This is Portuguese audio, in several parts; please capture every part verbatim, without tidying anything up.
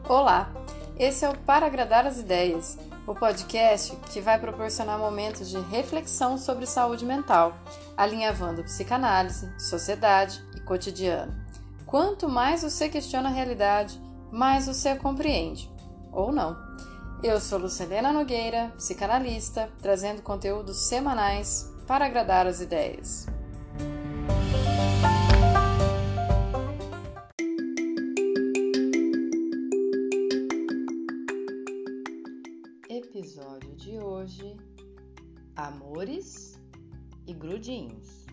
Olá, esse é o Para Agradar as Ideias, o podcast que vai proporcionar momentos de reflexão sobre saúde mental, alinhavando psicanálise, sociedade e cotidiano. Quanto mais você questiona a realidade, mais você a compreende, ou não. Eu sou Lucilena Nogueira, psicanalista, trazendo conteúdos semanais para agradar as ideias. Episódio de hoje: Amores e Grudinhos.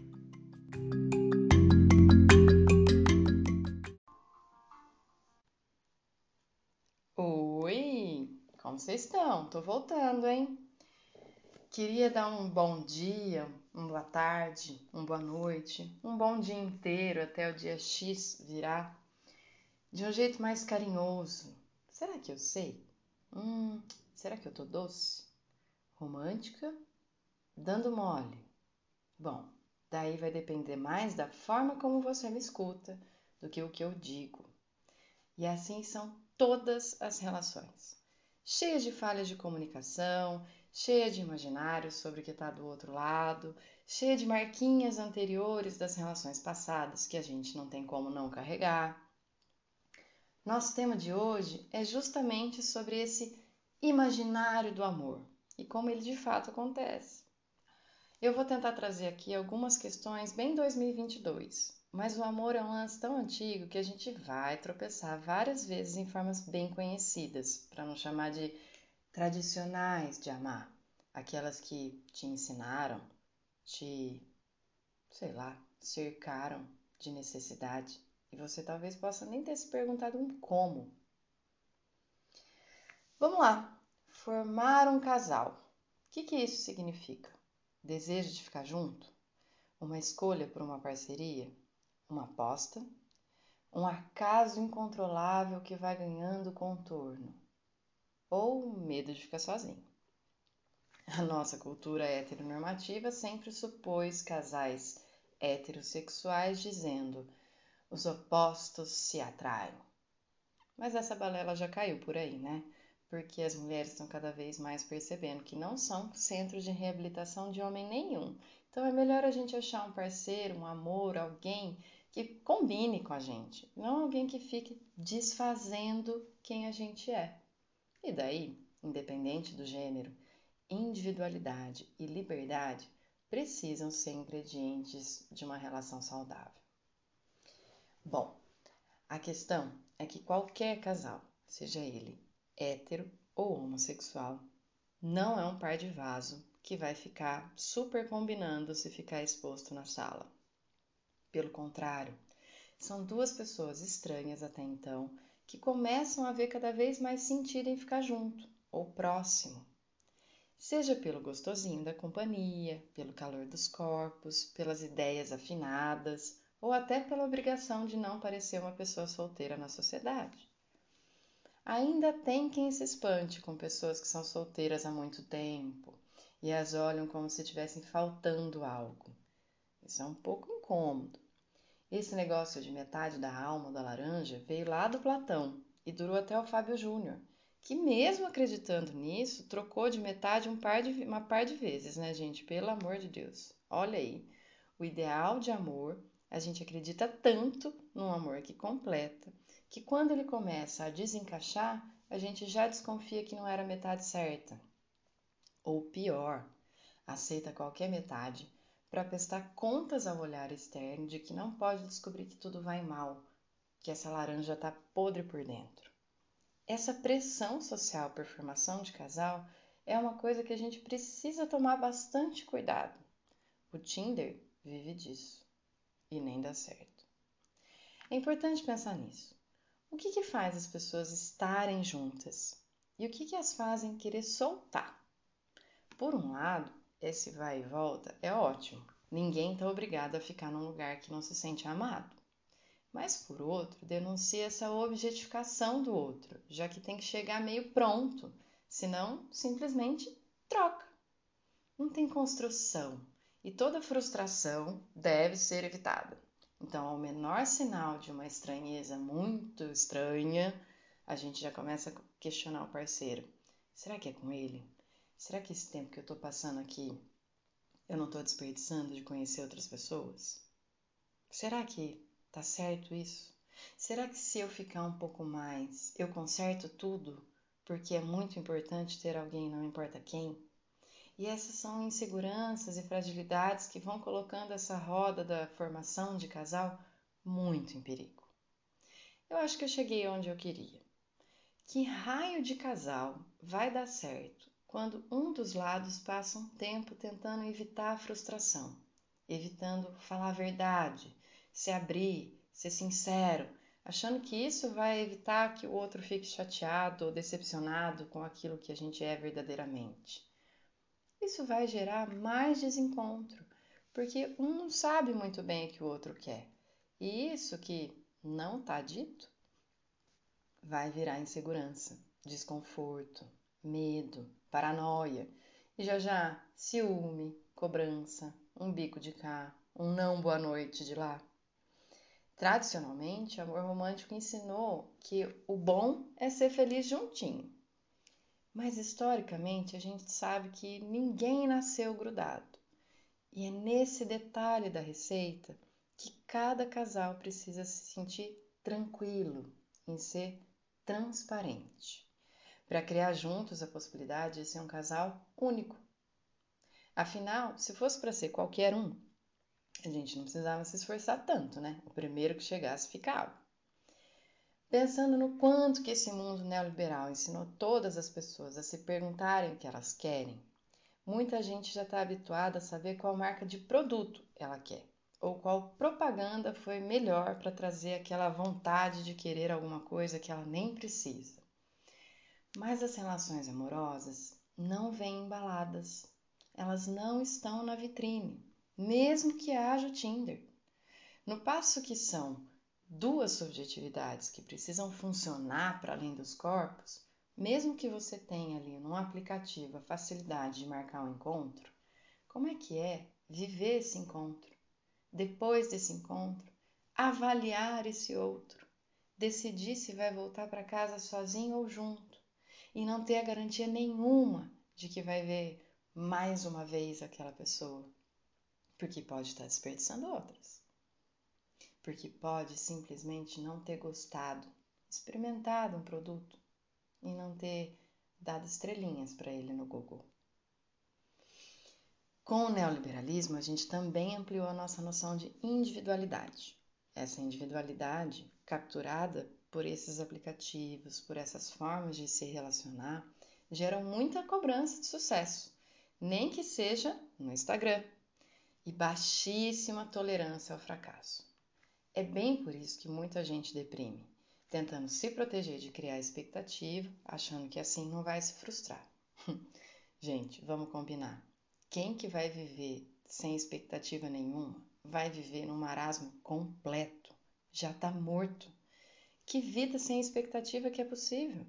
Oi, como vocês estão? Tô voltando, hein? Queria dar um bom dia, uma boa tarde, uma boa noite, um bom dia inteiro até o dia X virar, de um jeito mais carinhoso. Será que eu sei? Hum, será que eu tô doce? Romântica? Dando mole? Bom, daí vai depender mais da forma como você me escuta do que o que eu digo. E assim são todas as relações. Cheias de falhas de comunicação, cheia de imaginários sobre o que está do outro lado, cheia de marquinhas anteriores das relações passadas que a gente não tem como não carregar. Nosso tema de hoje é justamente sobre esse imaginário do amor e como ele de fato acontece. Eu vou tentar trazer aqui algumas questões bem dois mil e vinte e dois, mas o amor é um lance tão antigo que a gente vai tropeçar várias vezes em formas bem conhecidas, para não chamar de tradicionais de amar, aquelas que te ensinaram, te, sei lá, cercaram de necessidade e você talvez possa nem ter se perguntado um como. Vamos lá, formar um casal. O que que isso significa? Desejo de ficar junto? Uma escolha por uma parceria? Uma aposta? Um acaso incontrolável que vai ganhando contorno? Ou medo de ficar sozinho? A nossa cultura heteronormativa sempre supôs casais heterossexuais dizendo os opostos se atraem. Mas essa balela já caiu por aí, né? Porque as mulheres estão cada vez mais percebendo que não são centros de reabilitação de homem nenhum. Então é melhor a gente achar um parceiro, um amor, alguém que combine com a gente, não alguém que fique desfazendo quem a gente é. E daí, independente do gênero, individualidade e liberdade precisam ser ingredientes de uma relação saudável. Bom, a questão é que qualquer casal, seja ele hétero ou homossexual, não é um par de vaso que vai ficar super combinando se ficar exposto na sala. Pelo contrário, são duas pessoas estranhas até então que começam a ver cada vez mais sentido em ficar junto ou próximo. Seja pelo gostosinho da companhia, pelo calor dos corpos, pelas ideias afinadas ou até pela obrigação de não parecer uma pessoa solteira na sociedade. Ainda tem quem se espante com pessoas que são solteiras há muito tempo e as olham como se estivessem faltando algo. Isso é um pouco incômodo. Esse negócio de metade da alma da laranja veio lá do Platão e durou até o Fábio Júnior, que mesmo acreditando nisso, trocou de metade um par de, uma par de vezes, né, gente? Pelo amor de Deus. Olha aí, o ideal de amor, a gente acredita tanto num amor que completa, que quando ele começa a desencaixar, a gente já desconfia que não era a metade certa. Ou pior, aceita qualquer metade para prestar contas ao olhar externo de que não pode descobrir que tudo vai mal, que essa laranja está podre por dentro. Essa pressão social por formação de casal é uma coisa que a gente precisa tomar bastante cuidado. O Tinder vive disso e nem dá certo. É importante pensar nisso. O que, que faz as pessoas estarem juntas? E o que, que as fazem querer soltar? Por um lado, esse vai e volta é ótimo. Ninguém está obrigado a ficar num lugar que não se sente amado. Mas, por outro, denuncia essa objetificação do outro, já que tem que chegar meio pronto, senão simplesmente troca. Não tem construção e toda frustração deve ser evitada. Então, ao menor sinal de uma estranheza muito estranha, a gente já começa a questionar o parceiro. Será que é com ele? Será que esse tempo que eu estou passando aqui, eu não estou desperdiçando de conhecer outras pessoas? Será que tá certo isso? Será que se eu ficar um pouco mais, eu conserto tudo? Porque é muito importante ter alguém, não importa quem? E essas são inseguranças e fragilidades que vão colocando essa roda da formação de casal muito em perigo. Eu acho que eu cheguei onde eu queria. Que raio de casal vai dar certo quando um dos lados passa um tempo tentando evitar a frustração, evitando falar a verdade, se abrir, ser sincero, achando que isso vai evitar que o outro fique chateado ou decepcionado com aquilo que a gente é verdadeiramente? Isso vai gerar mais desencontro, porque um não sabe muito bem o que o outro quer. E isso que não está dito vai virar insegurança, desconforto, medo, paranoia e já já ciúme, cobrança, um bico de cá, um não boa noite de lá. Tradicionalmente, o amor romântico ensinou que o bom é ser feliz juntinho. Mas historicamente a gente sabe que ninguém nasceu grudado. E é nesse detalhe da receita que cada casal precisa se sentir tranquilo em ser transparente, para criar juntos a possibilidade de ser um casal único. Afinal, se fosse para ser qualquer um, a gente não precisava se esforçar tanto, né? O primeiro que chegasse ficava. Pensando no quanto que esse mundo neoliberal ensinou todas as pessoas a se perguntarem o que elas querem, muita gente já está habituada a saber qual marca de produto ela quer, ou qual propaganda foi melhor para trazer aquela vontade de querer alguma coisa que ela nem precisa. Mas as relações amorosas não vêm embaladas, elas não estão na vitrine, mesmo que haja o Tinder. No passo que são duas subjetividades que precisam funcionar para além dos corpos, mesmo que você tenha ali num aplicativo a facilidade de marcar um encontro, como é que é viver esse encontro? Depois desse encontro, avaliar esse outro, decidir se vai voltar para casa sozinho ou junto, e não ter a garantia nenhuma de que vai ver mais uma vez aquela pessoa, porque pode estar desperdiçando outras, porque pode simplesmente não ter gostado, experimentado um produto e não ter dado estrelinhas para ele no Google. Com o neoliberalismo, a gente também ampliou a nossa noção de individualidade. Essa individualidade, capturada por esses aplicativos, por essas formas de se relacionar, geram muita cobrança de sucesso, nem que seja no Instagram, e baixíssima tolerância ao fracasso. É bem por isso que muita gente deprime, tentando se proteger de criar expectativa, achando que assim não vai se frustrar. Gente, vamos combinar. Quem que vai viver sem expectativa nenhuma vai viver num marasmo completo. Já está morto. Que vida sem expectativa que é possível?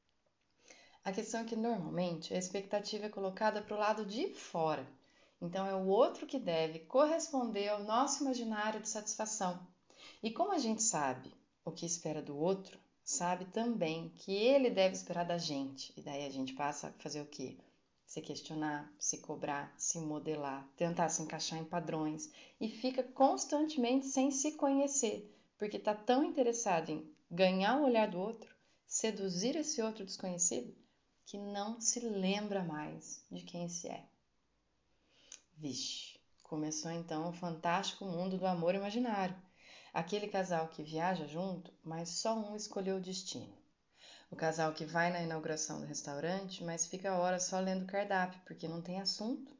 A questão é que normalmente a expectativa é colocada para o lado de fora. Então é o outro que deve corresponder ao nosso imaginário de satisfação. E como a gente sabe o que espera do outro, sabe também que ele deve esperar da gente. E daí a gente passa a fazer o quê? Se questionar, se cobrar, se modelar, tentar se encaixar em padrões e fica constantemente sem se conhecer, porque está tão interessado em ganhar o olhar do outro, seduzir esse outro desconhecido, que não se lembra mais de quem se é. Vixe, começou então o fantástico mundo do amor imaginário. Aquele casal que viaja junto, mas só um escolheu o destino. O casal que vai na inauguração do restaurante, mas fica horas só lendo o cardápio, porque não tem assunto.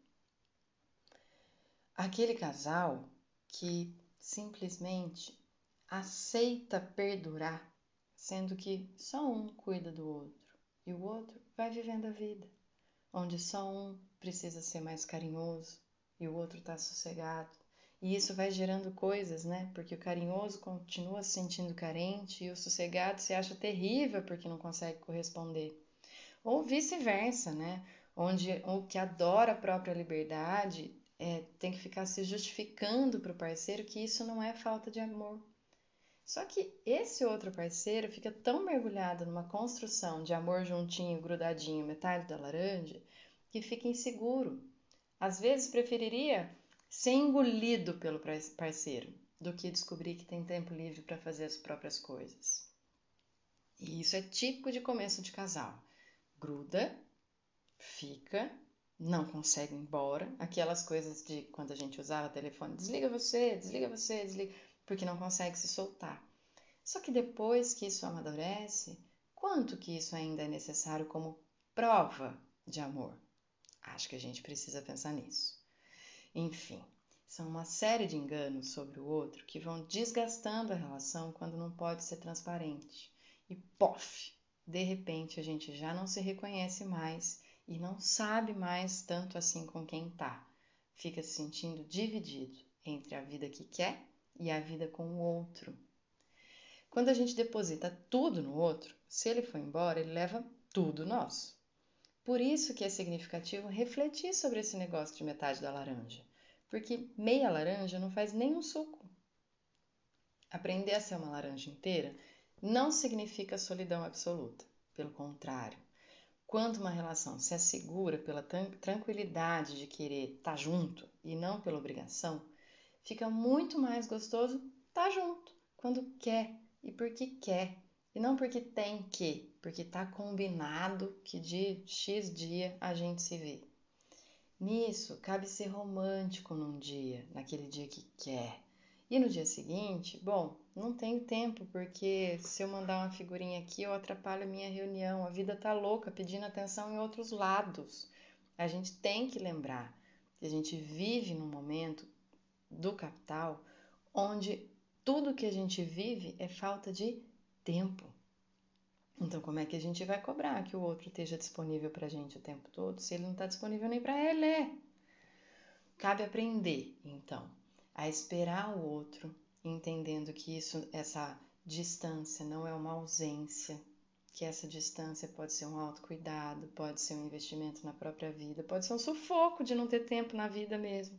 Aquele casal que simplesmente aceita perdurar, sendo que só um cuida do outro e o outro vai vivendo a vida, onde só um precisa ser mais carinhoso e o outro está sossegado. E isso vai gerando coisas, né? Porque o carinhoso continua se sentindo carente e o sossegado se acha terrível porque não consegue corresponder. Ou vice-versa, né? Onde o que adora a própria liberdade é, tem que ficar se justificando para o parceiro que isso não é falta de amor. Só que esse outro parceiro fica tão mergulhado numa construção de amor juntinho, grudadinho, metade da laranja, que fica inseguro. Às vezes preferiria ser engolido pelo parceiro do que descobrir que tem tempo livre para fazer as próprias coisas. E isso é típico de começo de casal. Gruda, fica, não consegue ir embora. Aquelas coisas de quando a gente usava telefone, desliga você, desliga você, desliga, porque não consegue se soltar. Só que depois que isso amadurece, quanto que isso ainda é necessário como prova de amor? Acho que a gente precisa pensar nisso. Enfim, são uma série de enganos sobre o outro que vão desgastando a relação quando não pode ser transparente. E pof, de repente a gente já não se reconhece mais e não sabe mais tanto assim com quem tá. Fica se sentindo dividido entre a vida que quer e a vida com o outro. Quando a gente deposita tudo no outro, se ele for embora, ele leva tudo nosso. Por isso que é significativo refletir sobre esse negócio de metade da laranja, porque meia laranja não faz nem um suco. Aprender a ser uma laranja inteira não significa solidão absoluta, pelo contrário. Quando uma relação se assegura pela tranquilidade de querer estar junto e não pela obrigação, fica muito mais gostoso estar junto, quando quer e porque quer. E não porque tem que, porque tá combinado que de X dia a gente se vê. Nisso, cabe ser romântico num dia, naquele dia que quer. E no dia seguinte, bom, não tenho tempo, porque se eu mandar uma figurinha aqui, eu atrapalho a minha reunião. A vida tá louca, pedindo atenção em outros lados. A gente tem que lembrar que a gente vive num momento do capital onde tudo que a gente vive é falta de tempo. Então, como é que a gente vai cobrar que o outro esteja disponível para a gente o tempo todo se ele não está disponível nem para ele? Cabe aprender, então, a esperar o outro, entendendo que isso, essa distância não é uma ausência, que essa distância pode ser um autocuidado, pode ser um investimento na própria vida, pode ser um sufoco de não ter tempo na vida mesmo.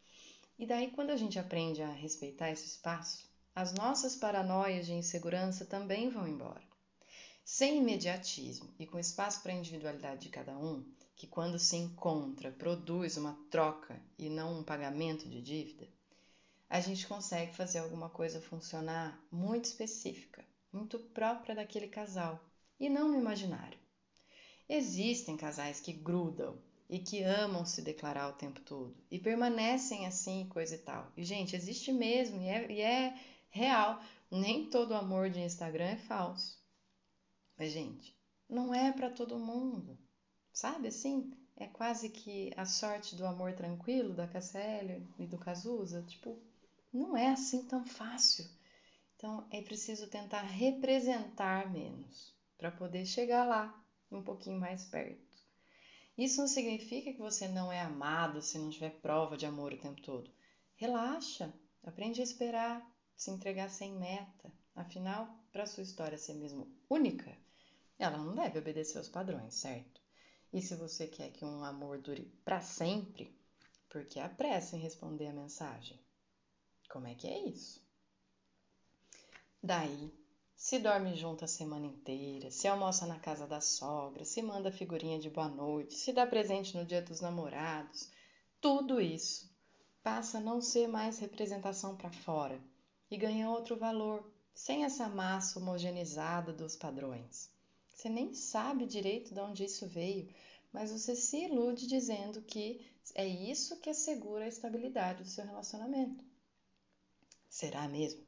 E daí, quando a gente aprende a respeitar esse espaço, as nossas paranoias de insegurança também vão embora. Sem imediatismo e com espaço para a individualidade de cada um, que quando se encontra produz uma troca e não um pagamento de dívida, a gente consegue fazer alguma coisa funcionar muito específica, muito própria daquele casal e não no imaginário. Existem casais que grudam e que amam se declarar o tempo todo e permanecem assim, coisa e tal. E, gente, existe mesmo e é, e é real. Nem todo amor de Instagram é falso. Mas, gente, não é para todo mundo, sabe assim? É quase que a sorte do amor tranquilo da Cássia Eller e do Cazuza. Tipo, não é assim tão fácil. Então, é preciso tentar representar menos para poder chegar lá um pouquinho mais perto. Isso não significa que você não é amado se não tiver prova de amor o tempo todo. Relaxa, aprende a esperar, se entregar sem meta. Afinal, para sua história ser mesmo única, ela não deve obedecer aos padrões, certo? E se você quer que um amor dure para sempre, por que a pressa em responder a mensagem? Como é que é isso? Daí, se dorme junto a semana inteira, se almoça na casa da sogra, se manda figurinha de boa noite, se dá presente no dia dos namorados, tudo isso passa a não ser mais representação para fora e ganha outro valor, sem essa massa homogeneizada dos padrões. Você nem sabe direito de onde isso veio, mas você se ilude dizendo que é isso que assegura a estabilidade do seu relacionamento. Será mesmo?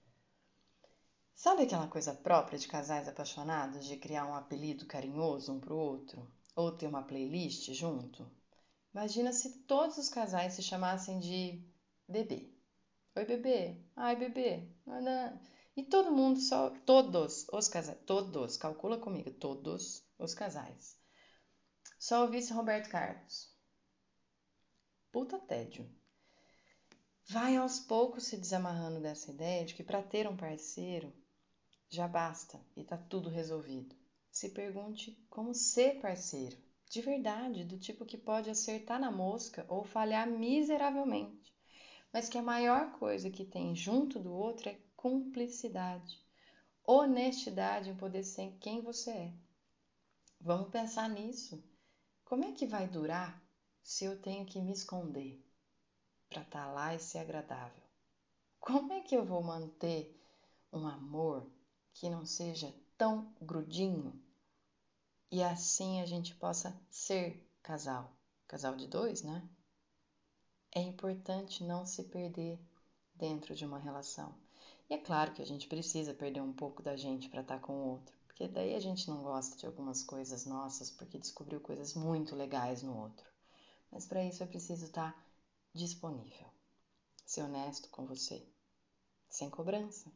Sabe aquela coisa própria de casais apaixonados de criar um apelido carinhoso um pro outro? Ou ter uma playlist junto? Imagina se todos os casais se chamassem de bebê. Oi, bebê. Ai, bebê. E todo mundo só... Todos os casais... Todos. Calcula comigo. Todos os casais. Só ouvisse Roberto Carlos. Puta tédio. Vai aos poucos se desamarrando dessa ideia de que para ter um parceiro já basta e tá tudo resolvido. Se pergunte como ser parceiro, de verdade, do tipo que pode acertar na mosca ou falhar miseravelmente, mas que a maior coisa que tem junto do outro é cumplicidade, honestidade em poder ser quem você é. Vamos pensar nisso. Como é que vai durar se eu tenho que me esconder para estar lá e ser agradável? Como é que eu vou manter um amor que não seja tão grudinho e assim a gente possa ser casal? Casal de dois, né? É importante não se perder dentro de uma relação. E é claro que a gente precisa perder um pouco da gente para estar com o outro, porque daí a gente não gosta de algumas coisas nossas porque descobriu coisas muito legais no outro. Mas para isso é preciso estar disponível, ser honesto com você, sem cobrança.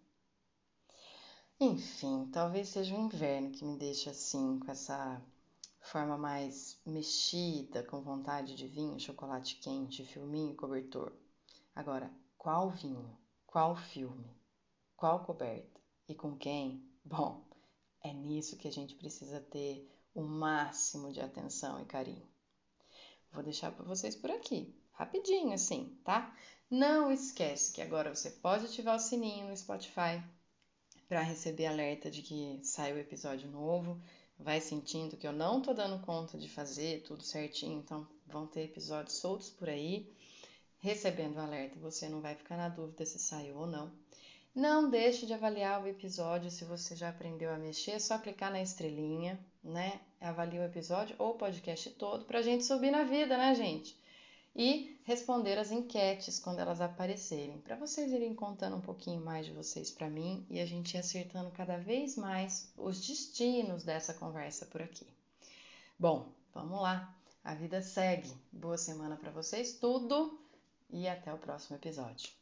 Enfim, talvez seja o inverno que me deixa assim, com essa forma mais mexida, com vontade de vinho, chocolate quente, filminho e cobertor. Agora, qual vinho? Qual filme? Qual coberta? E com quem? Bom, é nisso que a gente precisa ter o máximo de atenção e carinho. Vou deixar para vocês por aqui, rapidinho assim, tá? Não esquece que agora você pode ativar o sininho no Spotify para receber alerta de que sai o episódio novo. Vai sentindo que eu não tô dando conta de fazer tudo certinho, então vão ter episódios soltos por aí. Recebendo o alerta, você não vai ficar na dúvida se saiu ou não. Não deixe de avaliar o episódio se você já aprendeu a mexer, é só clicar na estrelinha, né? Avalia o episódio ou o podcast todo pra gente subir na vida, né, gente? E responder as enquetes quando elas aparecerem, para vocês irem contando um pouquinho mais de vocês para mim e a gente ir acertando cada vez mais os destinos dessa conversa por aqui. Bom, vamos lá. A vida segue. Boa semana para vocês, tudo, e até o próximo episódio.